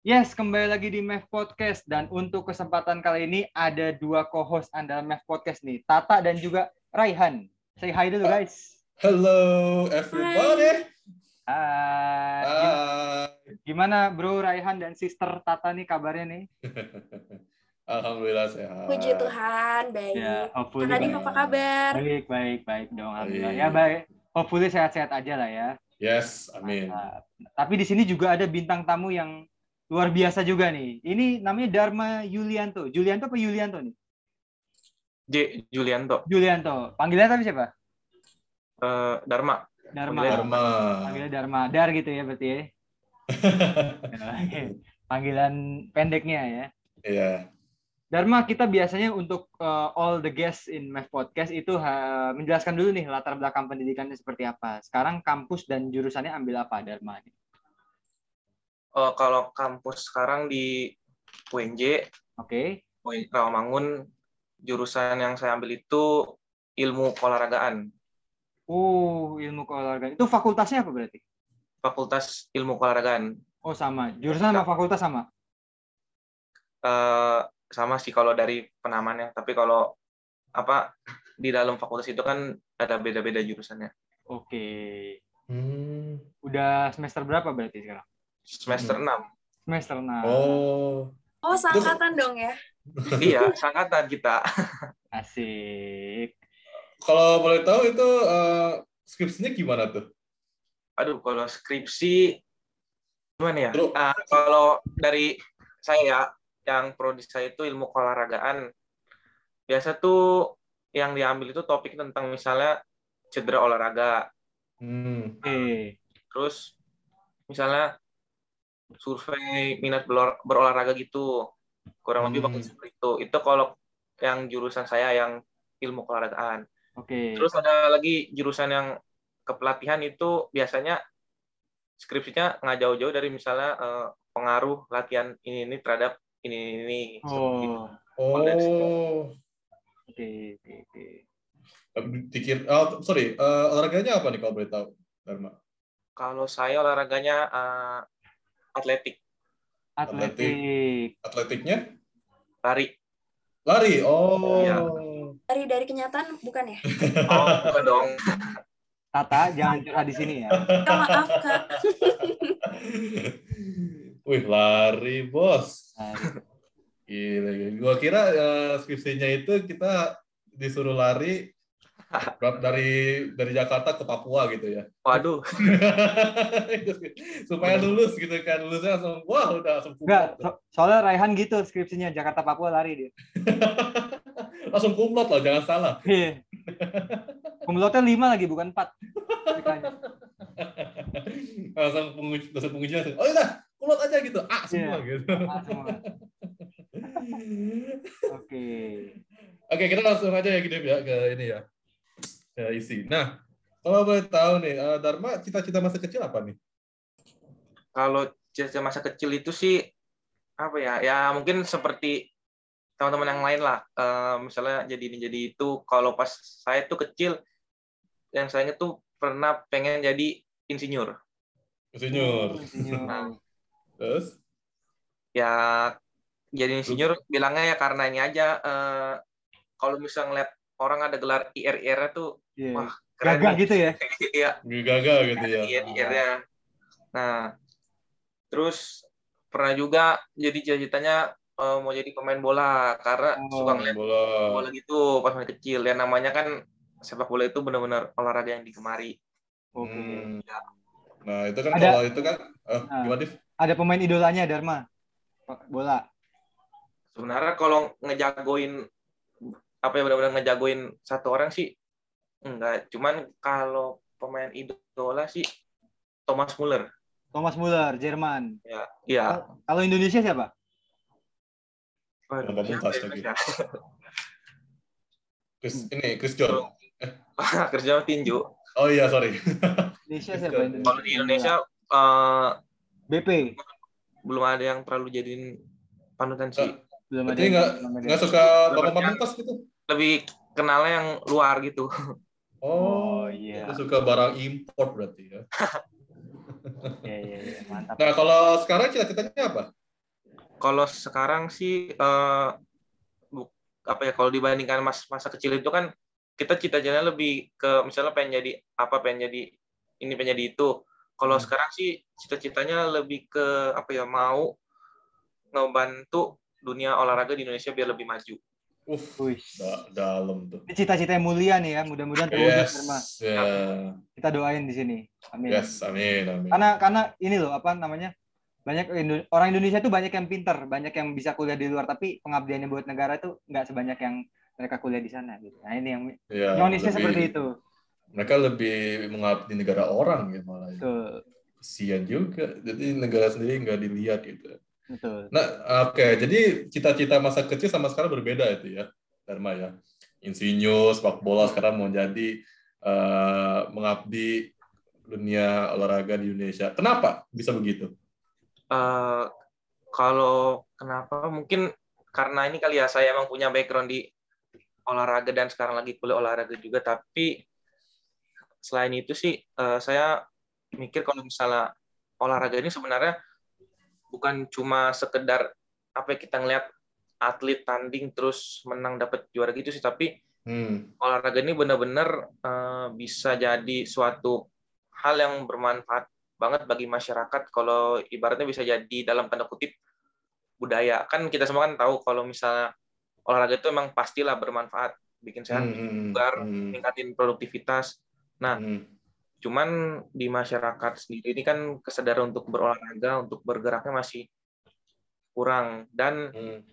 Yes, kembali lagi di MEF Podcast. Dan untuk kesempatan kali ini ada dua co-host andalan MEF Podcast nih, Tata dan juga Raihan. Say hi dulu guys. Hello everybody. Gimana bro Raihan dan sister Tata nih kabarnya nih? Alhamdulillah sehat. Puji Tuhan, baik. Ya, Kak Nadiem apa kabar? Baik dong, alhamdulillah. Ya baik. Hopefully sehat-sehat aja lah ya. Yes, amin. Tapi di sini juga ada bintang tamu yang luar biasa juga nih. Ini namanya Dharma Yulianto. Julianto apa Yulianto nih? Julianto. Panggilannya tapi siapa? Dharma. Panggilannya Dharma. Dar gitu ya berarti ya. Panggilan pendeknya ya. Iya. Dharma, kita biasanya untuk all the guests in MEF Podcast itu menjelaskan dulu nih latar belakang pendidikannya seperti apa. Sekarang kampus dan jurusannya ambil apa, Dharma? Kalau kampus sekarang di UNJ, Rawamangun, jurusan yang saya ambil itu ilmu keolahragaan. Ilmu keolahragaan. Itu fakultasnya apa berarti? Fakultas ilmu keolahragaan. Oh, sama. Jurusan sama fakultas sama? Sama sih kalau dari penamannya, tapi kalau di dalam fakultas itu kan ada beda-beda jurusannya. Oke. Udah semester berapa berarti sekarang? Semester 6. Semester 6. Oh, seangkatan dong ya? Iya, seangkatan kita. Asik. Kalau boleh tahu itu skripsinya gimana tuh? Aduh, kalau skripsi gimana ya? Kalau dari saya, yang prodi saya itu ilmu keolahragaan. Biasa tuh yang diambil itu topik tentang misalnya cedera olahraga. Terus misalnya survei minat berolahraga gitu. Kurang lebih bakal seperti itu. Itu kalau yang jurusan saya yang ilmu keolahragaan. Terus ada lagi jurusan yang kepelatihan itu biasanya skripsinya nggak jauh-jauh dari misalnya pengaruh latihan ini terhadap ini. Olahraganya apa nih kalau boleh tahu, Dharma? Kalau saya olahraganya atletik. Atletiknya? Lari. Oh. Ya. Lari dari kenyataan bukan ya? Oh, bukan dong. Tata, jangan curhat di sini ya. Maaf, Kak. Wih, lari, bos. Gila. Gua kira skripsinya itu kita disuruh lari dari Jakarta ke Papua gitu ya. Waduh. Supaya lulus gitu kan. Lulusnya langsung, wah udah langsung kumlot. Enggak, soalnya Raihan gitu skripsinya, Jakarta Papua lari dia. Langsung kumlot loh, jangan salah. Iya. Kumlotnya 5 lagi, bukan 4. Langsung pengujian. Oh iya, kumlot aja gitu. Semua gitu. Oke, kita langsung aja ya gitu ya ke ini ya. Ke isi. Nah, kalau boleh tahu nih, Dharma, cita-cita masa kecil apa nih? Kalau cita-cita masa kecil itu sih apa ya? Ya mungkin seperti teman-teman yang lain lah. Misalnya jadi ini jadi itu. Kalau pas saya tuh kecil, yang saya ingat tuh pernah pengen jadi insinyur. Nah, terus? Ya jadi insinyur bilangnya ya karena ini aja. Kalau misalnya ngeliat orang ada gelar IR tuh, wah keren. Gagah gitu ya? Iya. Gagah gitu ya. IR-nya. Nah, terus pernah juga jadi cita-citanya mau jadi pemain bola karena suka ngeliat bola gitu pas masih kecil. Ya namanya kan sepak bola itu benar-benar olahraga yang digemari. Ya. Nah, itu kan kalau itu kan gimana, Div? Ada pemain idolanya Dharma bola. Sebenarnya kalau ngejagoin benar-benar ngejagoin satu orang sih enggak. Cuman kalau pemain idola sih Thomas Muller, Jerman. Iya. Kalau Indonesia siapa? Chris John. Chris John tinju. Oh iya, sorry. Indonesia siapa? Kalau di Indonesia BP. Belum ada yang terlalu jadiin panutan sih. Belum ada. Nggak suka Bapak Pamungkas gitu? Lebih kenalnya yang luar gitu. Oh iya. Suka barang import berarti ya. Iya, mantap. Nah, kalau sekarang cita-citanya apa? Kalau sekarang sih apa ya, kalau dibandingkan masa kecil itu kan kita cita-citanya lebih ke misalnya pengen jadi apa, pengen jadi ini, pengen jadi itu. Kalau sekarang sih cita-citanya lebih ke apa ya, mau ngebantu dunia olahraga di Indonesia biar lebih maju. Dalam tuh. Ini cita-cita yang mulia nih ya, mudah-mudahan terwujud, Dharma. Yeah. Kita doain di sini. Amin. Yes, amin. Karena ini loh, apa namanya? Banyak orang Indonesia tuh banyak yang pinter, banyak yang bisa kuliah di luar, tapi pengabdiannya buat negara itu nggak sebanyak yang mereka kuliah di sana gitu. Nah, ini yang ironisnya seperti itu. Mereka lebih mengabdi negara orang ya malah. Kasian juga. Jadi negara sendiri nggak dilihat gitu. Betul. Nah, oke. Jadi cita-cita masa kecil sama sekarang berbeda itu ya, Dharma ya. Insinyur, sepak bola, sekarang mau jadi mengabdi dunia olahraga di Indonesia. Kenapa bisa begitu? Kalau kenapa, mungkin karena ini kali ya, saya emang punya background di olahraga dan sekarang lagi kuliah olahraga juga. Tapi selain itu sih saya mikir kalau misalnya olahraga ini sebenarnya bukan cuma sekedar apa ya, kita ngelihat atlet tanding terus menang dapat juara gitu sih, tapi olahraga ini benar-benar bisa jadi suatu hal yang bermanfaat banget bagi masyarakat. Kalau ibaratnya bisa jadi dalam tanda kutip budaya. Kan kita semua kan tahu kalau misalnya olahraga itu emang pastilah bermanfaat, bikin sehat, bugar, meningkatin produktivitas. Nah, cuman di masyarakat sendiri ini kan kesadaran untuk berolahraga, untuk bergeraknya masih kurang. Dan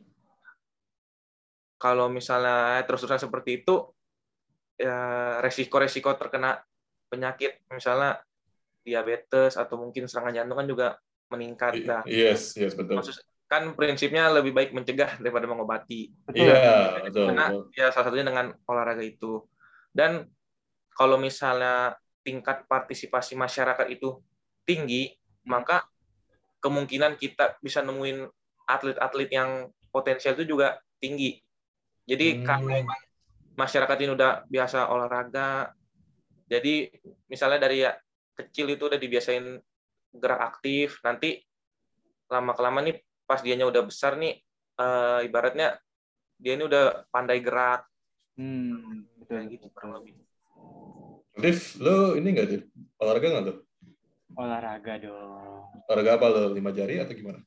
kalau misalnya terus-terusan seperti itu, ya resiko-resiko terkena penyakit, misalnya diabetes atau mungkin serangan jantung kan juga meningkat. Yes, betul. Kan prinsipnya lebih baik mencegah daripada mengobati. Iya, betul. Karena ya salah satunya dengan olahraga itu. Dan kalau misalnya tingkat partisipasi masyarakat itu tinggi, maka kemungkinan kita bisa nemuin atlet-atlet yang potensial itu juga tinggi. Jadi karena emang masyarakat ini udah biasa olahraga, jadi misalnya dari kecil itu udah dibiasain gerak aktif, nanti lama-kelamaan nih pas dianya udah besar nih, ibaratnya dia ini udah pandai gerak. Betul. Gitu kurang lebih. Div, lo ini nggak, Div? Olahraga nggak tuh? Olahraga dong. Olahraga apa lo? 5 jari atau gimana?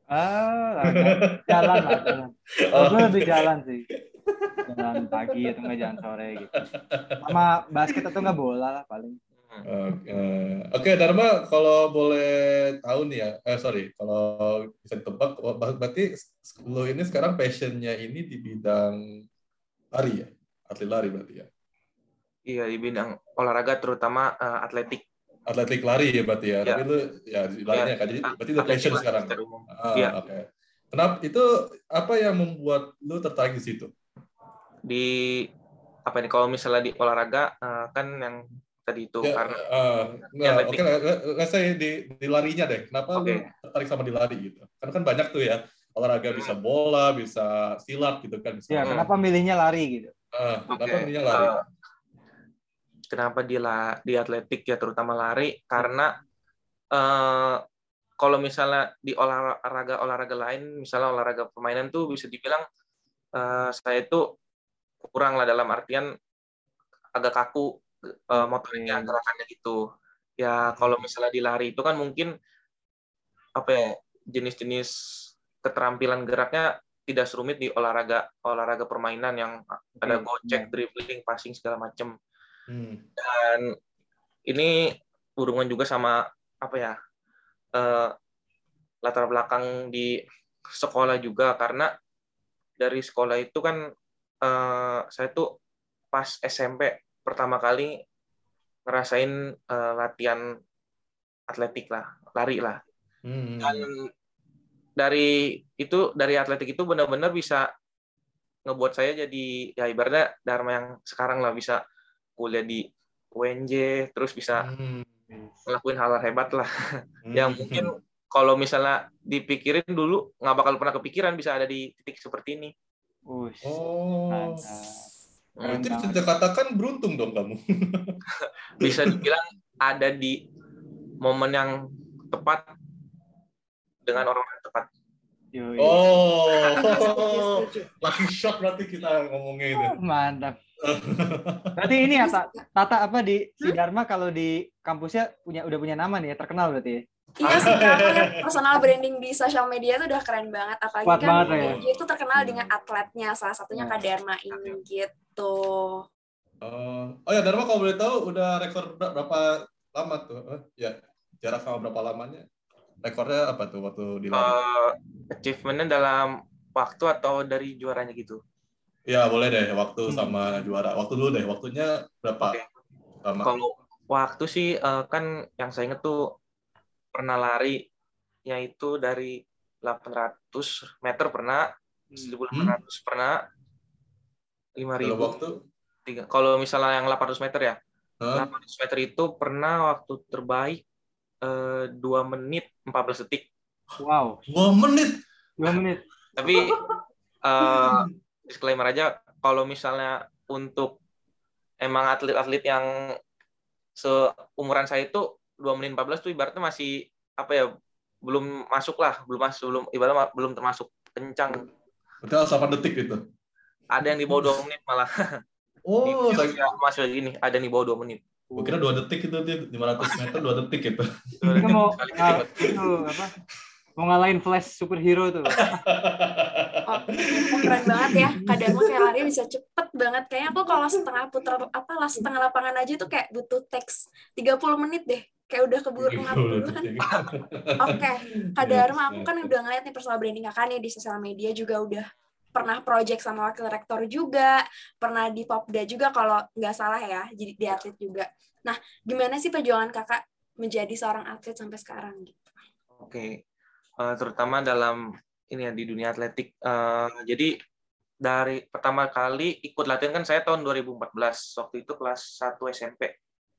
Jalan lah, jalan. Gue lebih jalan sih. Jalan pagi atau nggak jalan sore gitu. Sama basket atau nggak bola lah paling. Oke, Dharma, kalau boleh tahu nih ya, kalau bisa ditebak, berarti lo ini sekarang passionnya ini di bidang lari ya? Atlet lari berarti ya? Iya, di bidang olahraga terutama atletik. Atletik lari ya berarti ya? Tapi lo ya larinya kan, jadi berarti lo passion sekarang. Oke. Kenapa itu, apa yang membuat lo tertarik di situ? Kalau misalnya di olahraga kan yang tadi itu ya, karena oke, let's say di larinya deh. Kenapa lu tertarik sama di lari gitu? Karena kan banyak tuh ya olahraga, bisa bola, bisa silat gitu kan. Ya, kenapa milihnya lari gitu? Kenapa milihnya lari? Kenapa di atletik ya, terutama lari, karena kalau misalnya di olahraga lain, misalnya olahraga permainan tuh bisa dibilang saya itu kurang lah, dalam artian agak kaku motoriknya, gerakannya gitu. Ya kalau misalnya di lari itu kan mungkin apa ya, jenis-jenis keterampilan geraknya tidak serumit di olahraga permainan yang ada gocek, dribbling, passing segala macam. Dan ini hubungan juga sama apa ya, latar belakang di sekolah juga, karena dari sekolah itu kan saya tuh pas SMP pertama kali ngerasain latihan atletik lah, lari lah. Dan dari atletik itu benar-benar bisa ngebuat saya jadi ya ibaratnya Dharma yang sekarang lah, bisa kuliah di UNJ, terus bisa ngelakuin hal hebat lah. Yang mungkin kalau misalnya dipikirin dulu nggak bakal pernah kepikiran bisa ada di titik seperti ini. Berarti bisa dikatakan beruntung dong kamu. Bisa dibilang ada di momen yang tepat dengan orang yang tepat. Oh, lucky shot berarti kita ngomongnya itu. Mantap. Berarti ini ya Tata apa di si Dharma kalau di kampusnya udah punya nama nih ya, terkenal berarti ya. Iya sih, aku lihat personal branding di sosial media itu udah keren banget. Apalagi Kuat kan banget, ya. dia itu terkenal dengan atletnya, salah satunya Kak Dharma ini gitu. Oh ya, Dharma kalau boleh tahu udah rekor berapa lama tuh? Ya, jarak sama berapa lamanya? Rekornya apa tuh waktu di lari? Achievement-nya dalam waktu atau dari juaranya gitu? Ya, boleh deh waktu sama juara. Waktu dulu deh, waktunya berapa? Okay. Kalau waktu sih kan yang saya inget tuh pernah lari yaitu dari 800 meter pernah, 1.800 pernah, 5.000. Waktu? Kalau misalnya yang 800 meter ya, 800 meter itu pernah waktu terbaik 2 menit 14 detik. Wow. 2 menit? 2 menit. Tapi disclaimer aja, kalau misalnya untuk emang atlet-atlet yang seumuran saya itu 2 menit 14 tuh ibaratnya masih apa ya, belum masuk lah, ibaratnya belum termasuk kencang. Betul, 8 detik gitu. Ada yang di bawah 2 menit malah. Oh, masih gini, ada yang di bawah 2 menit. Gue kira 2 detik itu, 500 meter 2 detik gitu. Kita mau mau ngalahin Flash superhero tuh. Oh, keren banget ya. Kadang kayak lari bisa cepet banget. Kayaknya aku kalau setengah lapangan aja tuh kayak butuh teks 30 menit deh. Kayak udah keburu 60-an. Oke, Kak Dharma, aku kan udah ngeliat nih personal branding kakak nih di sosial media juga udah pernah project sama wakil rektor juga, pernah di Popda juga kalau nggak salah ya, jadi di atlet juga. Nah, gimana sih perjuangan kakak menjadi seorang atlet sampai sekarang gitu? Oke, terutama dalam ini ya di dunia atletik. Jadi dari pertama kali ikut latihan kan saya tahun 2014, waktu itu kelas 1 SMP.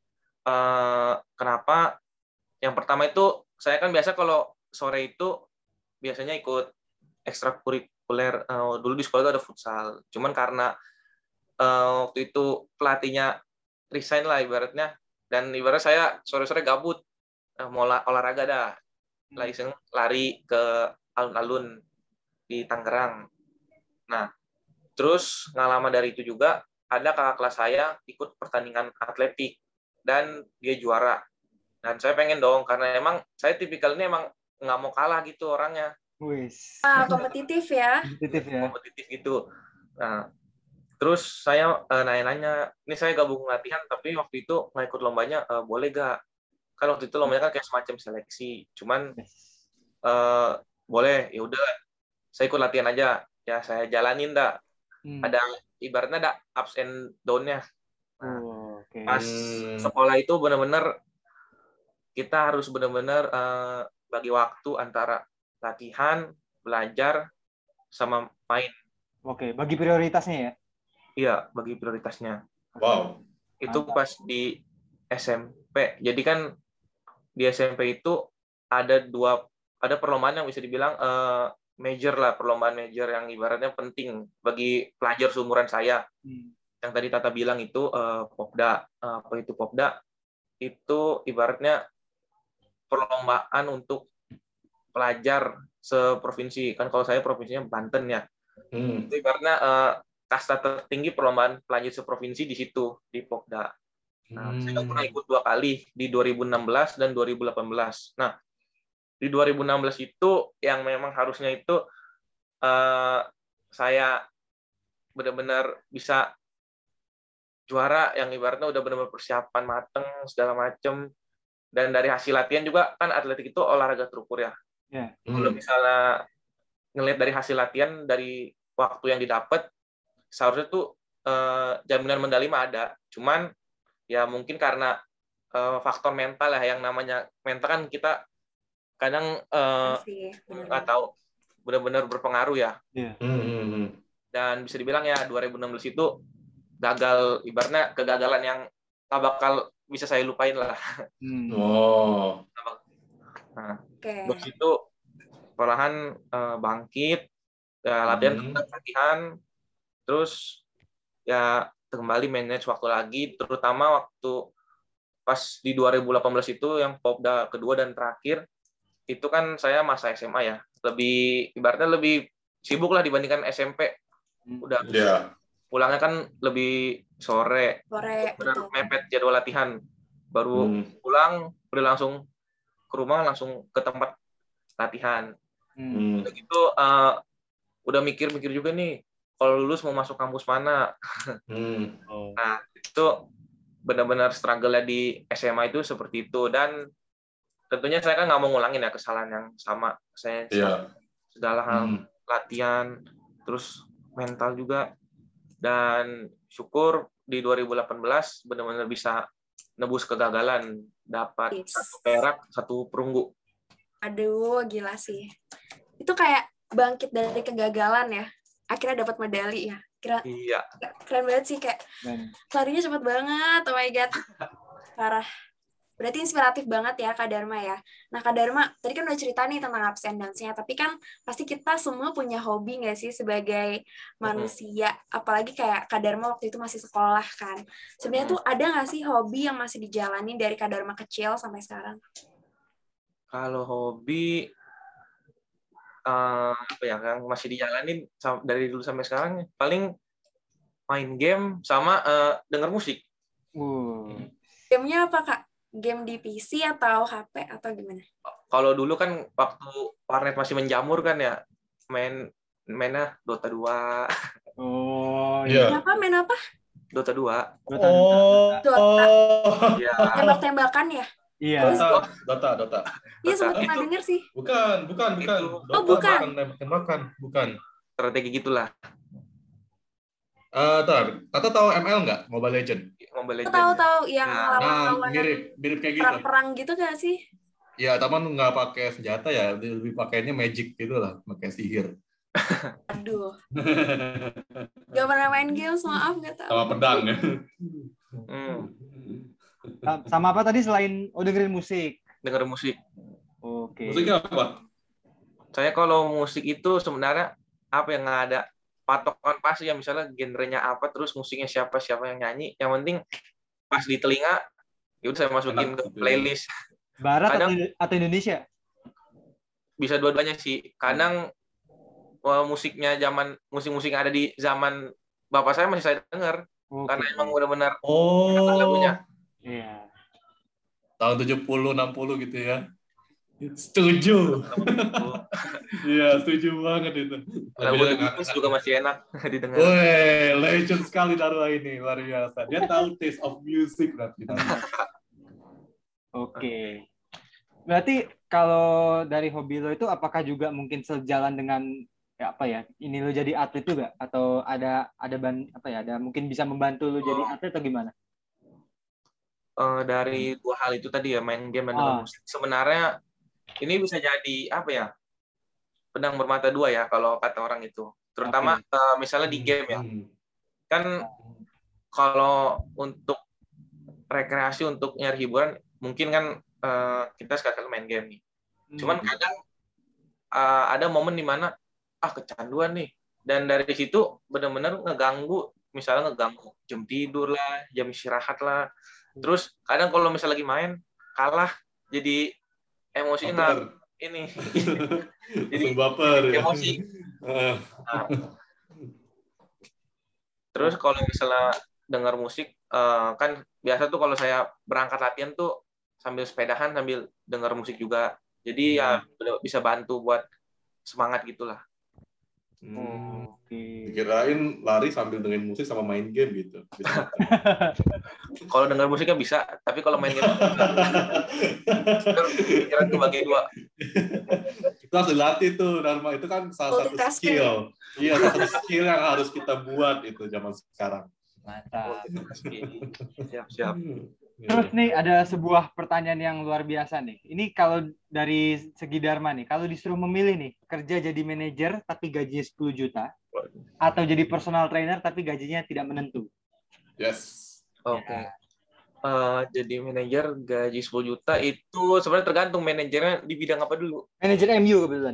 Kenapa? Yang pertama itu saya kan biasa kalau sore itu biasanya ikut ekstrakurikuler. Dulu di sekolah itu ada futsal. Cuman karena waktu itu pelatihnya resign lah ibaratnya, dan ibarat saya sore-sore gabut mau olahraga dah, lari ke alun-alun di Tangerang. Nah, terus ngalama dari itu juga ada kakak kelas saya ikut pertandingan atletik dan dia juara. Dan saya pengen dong, karena emang saya tipikal ini emang nggak mau kalah gitu orangnya. Kompetitif ya. Kompetitif gitu. Nah, terus saya nanya-nanya, ini saya gabung latihan, tapi waktu itu nggak ikut lombanya, boleh gak? Kan waktu itu lombanya kan kayak semacam seleksi. Cuman boleh, ya udah, saya ikut latihan aja. Ya saya jalanin dah. Ada ibaratnya ada ups and down-nya. Nah, pas sekolah itu benar-benar kita harus benar-benar bagi waktu antara latihan, belajar, sama main. Oke, bagi prioritasnya ya? Iya, bagi prioritasnya. Wow. Itu pas di SMP. Jadi kan di SMP itu ada perlombaan yang bisa dibilang major lah, perlombaan major yang ibaratnya penting bagi pelajar seumuran saya. Yang tadi Tata bilang itu Popda. Apa itu Popda? Itu ibaratnya perlombaan untuk pelajar seprovinsi. Kan kalau saya provinsinya Banten ya. Itu ibaratnya kasta tertinggi perlombaan pelajar seprovinsi di situ, di Popda. Nah, saya pernah ikut 2 kali, di 2016 dan 2018. Nah, di 2016 itu yang memang harusnya itu saya benar-benar bisa juara, yang ibaratnya udah benar-benar persiapan mateng segala macem. Dan dari hasil latihan juga kan atletik itu olahraga terukur ya. Kalau misalnya ngelihat dari hasil latihan, dari waktu yang didapat, seharusnya tuh jaminan medali mah ada. Cuman ya mungkin karena faktor mental ya, yang namanya mental kan kita kadang nggak tahu, benar-benar berpengaruh ya. Dan bisa dibilang ya 2016 itu gagal, ibaratnya kegagalan yang nggak bakal bisa saya lupain lah. Nah, terus itu perlahan bangkit, ya, latihan, terus ya kembali manage waktu lagi, terutama waktu pas di 2018 itu yang Popda kedua dan terakhir, itu kan saya masa SMA ya, lebih ibaratnya lebih sibuk lah dibandingkan SMP. Udah pulangnya kan lebih sore benar mepet jadwal latihan. Baru pulang udah langsung ke rumah, langsung ke tempat latihan. Udah gitu udah mikir-mikir juga nih kalau lulus mau masuk kampus mana. Nah, itu benar-benar struggle-nya di SMA itu seperti itu. Dan tentunya saya kan nggak mau ngulangin ya kesalahan yang sama. Saya segala hal latihan, terus mental juga. Dan syukur di 2018 benar-benar bisa nebus kegagalan, dapat 1 perak, 1 perunggu. Aduh, gila sih. Itu kayak bangkit dari kegagalan ya. Akhirnya dapat medali ya. Iya. Keren banget sih, kayak larinya cepet banget. Oh my God. Parah. Berarti inspiratif banget ya Kak Dharma ya. Nah Kak Dharma, tadi kan udah cerita nih tentang ups and downs-nya, tapi kan pasti kita semua punya hobi nggak sih sebagai manusia, apalagi kayak Kak Dharma waktu itu masih sekolah kan. Sebenarnya tuh ada nggak sih hobi yang masih dijalani dari Kak Dharma kecil sampai sekarang? Kalau hobi, apa ya, yang masih dijalanin dari dulu sampai sekarang, paling main game sama denger musik. Gamenya apa Kak? Game di PC atau HP atau gimana? Kalau dulu kan waktu warnet masih menjamur kan ya, mainnya Dota 2. Oh iya. Main apa? Dota 2. Dota. Iya. Tembak-tembakan ya? Iya. Dota. Iya, sempat pernah denger sih. Bukan. Oh, bukan. Bukan. Strategi gitulah. Tata tahu ML nggak? Mobile Legend. Tahu yang lawan-lawan mirip kayak gitu. Perang-perang gitu nggak sih? Ya, tapi nggak pakai senjata ya, lebih pakainya magic gitu lah, pakai sihir. Aduh. Gak pernah main games, maaf nggak tahu. Sama pedang ya. Sama apa tadi selain dengerin musik? Dengerin musik. Oke. Musiknya apa? Saya kalau musik itu sebenarnya apa yang nggak ada patokan pasti ya, misalnya genrenya apa, terus musiknya siapa yang nyanyi, yang penting pas di telinga ya udah saya masukin ke playlist. Barat atau Indonesia? Bisa dua-duanya sih. Kadang musik-musik yang ada di zaman bapak saya masih saya dengar. Karena emang benar-benar lagunya. Iya. Tahun 70-60 gitu ya. Setuju. Iya, setuju banget itu. Lagu Beatles juga masih enak didengar. Woi, legend sekali Darwa ini, luar biasa. Dia tahu taste of music berarti. Oke. Berarti kalau dari hobi lo itu apakah juga mungkin sejalan dengan ini lo jadi atlet juga, atau ada mungkin bisa membantu lo jadi atlet atau gimana? Dari 2 hal itu tadi ya, main game dan dengar musik. Sebenarnya ini bisa jadi pedang bermata 2 ya kalau kata orang itu. Terutama misalnya di game ya. Kan kalau untuk rekreasi, untuk nyari hiburan, mungkin kan kita sekali-kali main game nih. Cuman kadang ada momen di mana kecanduan nih. Dan dari situ benar-benar ngeganggu jam tidur lah, jam istirahat lah. Terus kadang kalau misalnya lagi main kalah, jadi emosinya ini. Jadi baper. Emosi. Terus kalau misalnya dengar musik, kan biasa tuh kalau saya berangkat latihan tuh sambil sepedahan sambil dengar musik juga. Jadi ya bisa bantu buat semangat gitulah. Dikirain lari sambil dengerin musik sama main game gitu. Kalau dengar musiknya bisa, tapi kalau main game kira kebagi 2. Itu harus dilatih tuh, Dharma. Itu kan salah satu skill. Iya, salah satu skill yang harus kita buat itu zaman sekarang. Mantap. Siap. Terus nih ada sebuah pertanyaan yang luar biasa nih. Ini kalau dari segi Dharma nih, kalau disuruh memilih nih, kerja jadi manajer tapi gajinya 10 juta, atau jadi personal trainer tapi gajinya tidak menentu. Yes. Oke. Jadi manajer gaji 10 juta itu sebenarnya tergantung manajernya di bidang apa dulu. Manajer MU kebetulan.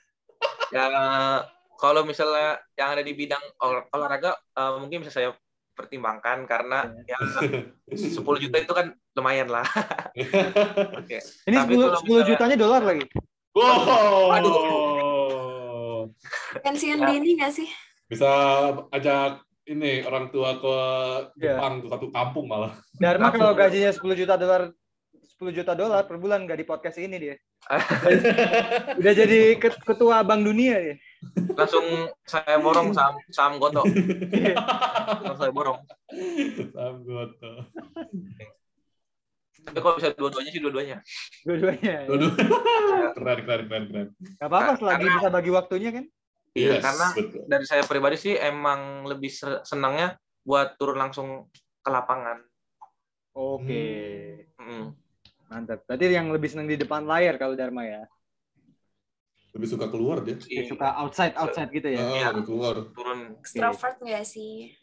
Ya, kalau misalnya yang ada di bidang olahraga, mungkin bisa saya pertimbangkan karena ya 10 juta itu kan lumayan lah. Oke. Ini 10 jutanya dolar lagi. Wow. Aduh. Pensiun dini nggak sih? Bisa ajak ini orang tua ke Jepang ke satu kampung malah. Dharma kalau gajinya 10 juta dolar per bulan nggak di podcast ini dia. Udah jadi ketua Bank Dunia ya. Langsung saya borong saham Goto. Langsung saya borong. Saham Goto. Tapi kalau bisa dua-duanya sih dua-duanya. Dua-duanya. Keren. Gak apa-apa selagi bisa bagi waktunya kan. Iya, karena dari saya pribadi sih emang lebih senangnya buat turun langsung ke lapangan. Oke. Mantap. Berarti yang lebih senang di depan layar kalau Dharma ya. Lebih suka keluar dia. Lebih suka outside gitu ya. Iya, keluar. Turun. Extrovert nggak sih?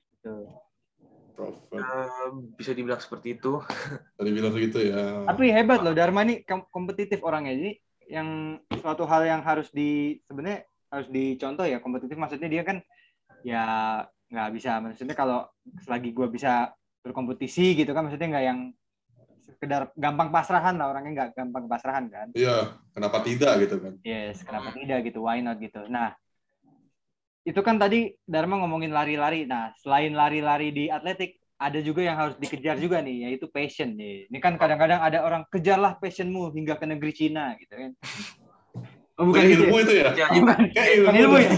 Bisa dibilang seperti itu. Dibilang begitu ya. Tapi hebat loh, Dharma nih kompetitif orangnya. Jadi yang suatu hal yang sebenarnya harus dicontoh ya, kompetitif maksudnya dia kan ya nggak bisa, maksudnya kalau selagi gue bisa berkompetisi gitu kan, maksudnya nggak yang sekedar gampang pasrahan lah, orangnya nggak gampang pasrahan kan. Iya, kenapa tidak gitu kan. Yes, kenapa tidak gitu, why not gitu. Nah, itu kan tadi Dharma ngomongin lari-lari. Nah, selain lari-lari di atletik, ada juga yang harus dikejar juga nih, yaitu passion nih. Ini kan kadang-kadang ada orang, kejarlah passionmu hingga ke negeri Cina gitu kan. Oh, bukan ilmu itu ya? Ilmu ya?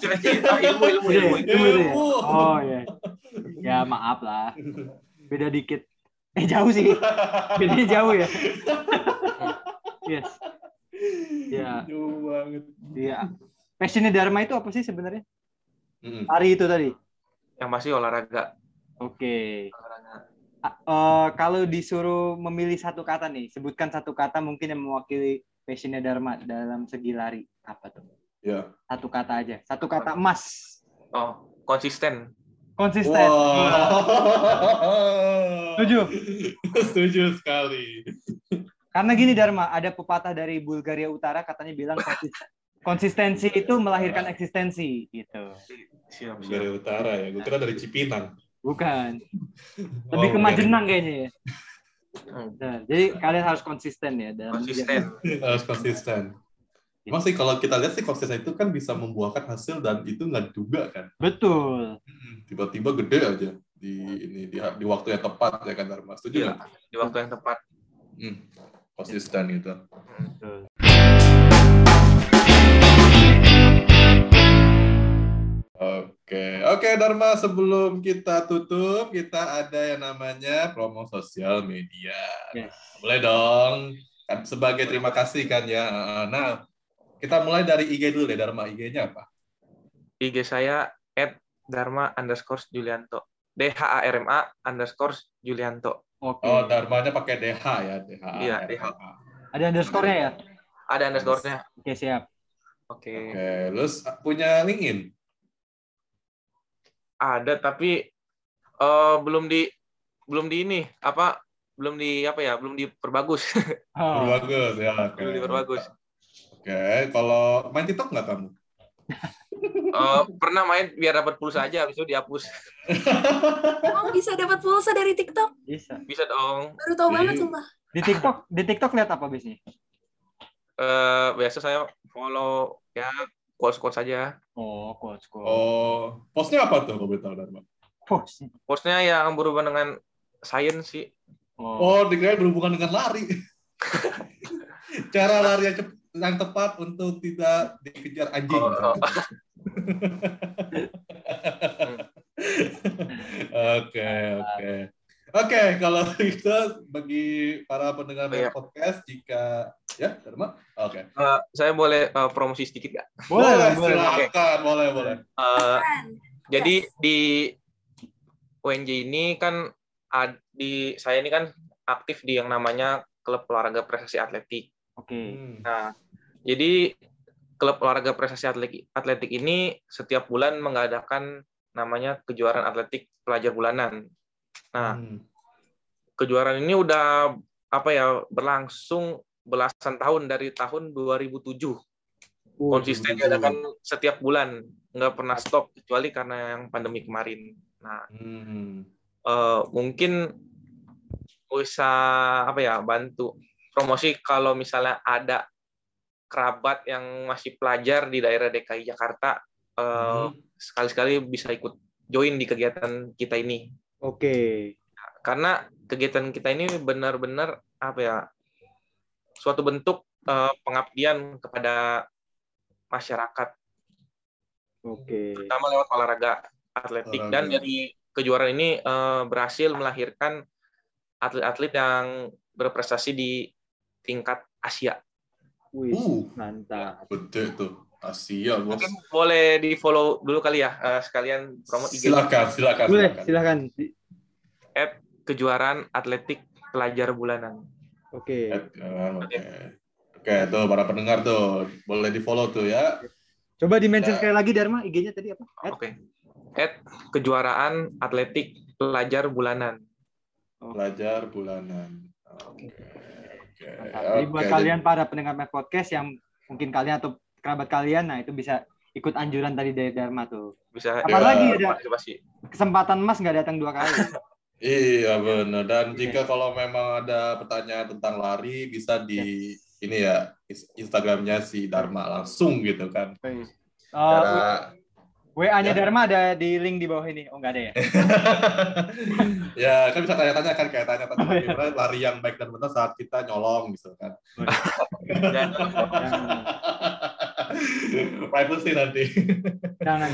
Ilmu. Oh ya. Ya maaf lah. Beda dikit. Jauh sih. Bedanya jauh ya. Yes. Ya. Jauh banget. Iya. Passionnya Dharma itu apa sih sebenarnya? Lari itu tadi? Yang pasti olahraga. Oke. Kalau disuruh memilih satu kata nih, sebutkan satu kata mungkin yang mewakili passionnya Dharma dalam segi lari. Apa tuh? Ya. Satu kata aja. Satu kata emas. Oh, konsisten. Konsisten. Wow. Setuju sekali. Karena gini Dharma, ada pepatah dari Bulgaria Utara katanya bilang konsistensi itu melahirkan eksistensi gitu. Bulgaria Utara ya. Gue kira dari Cipinang. Bukan. Lebih ke Majenang kayaknya ya. Nah, jadi kalian harus konsisten ya dalam harus konsisten. Masih kalau kita lihat sih konsisten itu kan bisa membuahkan hasil dan itu nggak duga kan. Betul. Tiba-tiba gede aja di waktu yang tepat ya kan Dharma. Setuju nggak? Di waktu yang tepat. Konsisten gitu. Betul. Oke Dharma, sebelum kita tutup, kita ada yang namanya promo sosial media. Yes. Boleh dong, kan sebagai terima kasih kan ya. Nah, kita mulai dari IG dulu deh Dharma. IG-nya apa? IG saya @dharma_julianto. DHARMA_Julianto. Oke. Oh, Dharmanya pakai DH ya, DH. Iya, DH. Ada underscore-nya ya? Ada underscore-nya. Oke, siap. Oke. Terus punya LinkedIn? Ada tapi belum diperbagus. Berbagus ya. Okay. Belum diperbagus. Oke, kalau main TikTok nggak kamu? Pernah main biar dapat pulsa aja, habis itu dihapus. Emang bisa dapat pulsa dari TikTok? Bisa dong. Baru tahu banget sumpah. Di TikTok lihat apa biasanya? Biasa saya follow ya quotes saja. Oh, quotes. Oh, postnya apa tuh kalau boleh tahu Dharma? Postnya yang berhubungan dengan sains sih. Oh, dikira berhubungan dengan lari. Cara lari yang tepat untuk tidak dikejar anjing. Oke, kalau itu bagi para pendengar podcast jika ya, Dharma. Oke. Saya boleh promosi sedikit nggak? Boleh. Silakan, boleh. Jadi di UNJ ini kan saya ini kan aktif di yang namanya klub olahraga prestasi atletik. Oke. Nah, jadi klub olahraga prestasi atletik ini setiap bulan mengadakan namanya kejuaraan atletik pelajar bulanan. Nah, kejuaraan ini udah berlangsung belasan tahun dari tahun 2007. Konsisten diadakan setiap bulan, nggak pernah stop kecuali karena yang pandemi kemarin. Nah, mungkin bisa bantu promosi kalau misalnya ada kerabat yang masih pelajar di daerah DKI Jakarta, sekali-sekali bisa ikut join di kegiatan kita ini. Oke. Karena kegiatan kita ini benar-benar suatu bentuk pengabdian kepada masyarakat. Oke. Terutama lewat olahraga atletik. Dan dari kejuaraan ini berhasil melahirkan atlet-atlet yang berprestasi di tingkat Asia. Wih, mantap. Betul tuh. Asia, bos. Mungkin boleh di-follow dulu kali ya, sekalian promote IG. Silakan. Boleh, silakan. Kejuaraan Atletik Pelajar Bulanan. Oke. Oke, tuh para pendengar tuh, boleh di-follow tuh ya. Coba di-mention sekali lagi Dharma, IG-nya tadi apa? Oke. Kejuaraan Atletik Pelajar Bulanan. Pelajar Bulanan. Oke. Jadi buat kalian para pendengar Math Podcast yang mungkin kalian atau kerabat kalian, nah itu bisa ikut anjuran tadi dari Dharma tuh. Bisa. Apalagi ada kesempatan emas nggak datang 2 kali. Iya benar. Dan jika kalau memang ada pertanyaan tentang lari, bisa di ini ya Instagramnya si Dharma langsung gitu kan. WA-nya Dharma ada di link di bawah ini. Oh, nggak ada ya? Ya, kan bisa tanya-tanya kan, kayak tanya-tanya gimana lari yang baik dan benar saat kita nyolong gitu kan. Privacy nanti. Jangan.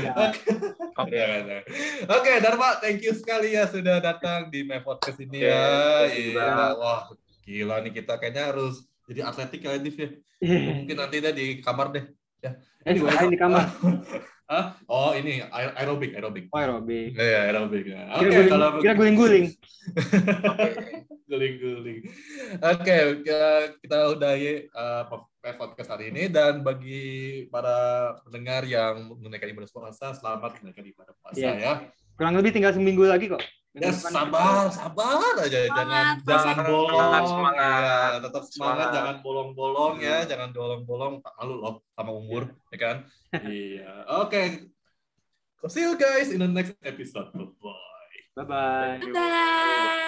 Oke, Dharma, thank you sekali ya sudah datang di My Podcast ini ya. Iya, wah, gila nih kita kayaknya harus jadi atletik ya, Div ya. Mungkin nanti deh di kamar deh. Ya. Ini di kamar. Oh, ini aerobik. Oh, aerobik. Iya, aerobik. Oke, kalau kira guling-guling. Guling-guling. Oke, kita udahi podcast hari ini, dan bagi para pendengar yang menunaikan ibadah puasa, selamat menunaikan ibadah puasa ya. Kurang lebih tinggal seminggu lagi kok. Ya, sabar aja, jangan bolong, semangat. Ya, tetap semangat, jangan bolong-bolong ya, jangan bolong-bolong, tak malu loh sama umur, ya kan? Iya, oke. See you guys in the next episode. Bye-bye. Bye-bye. Bye.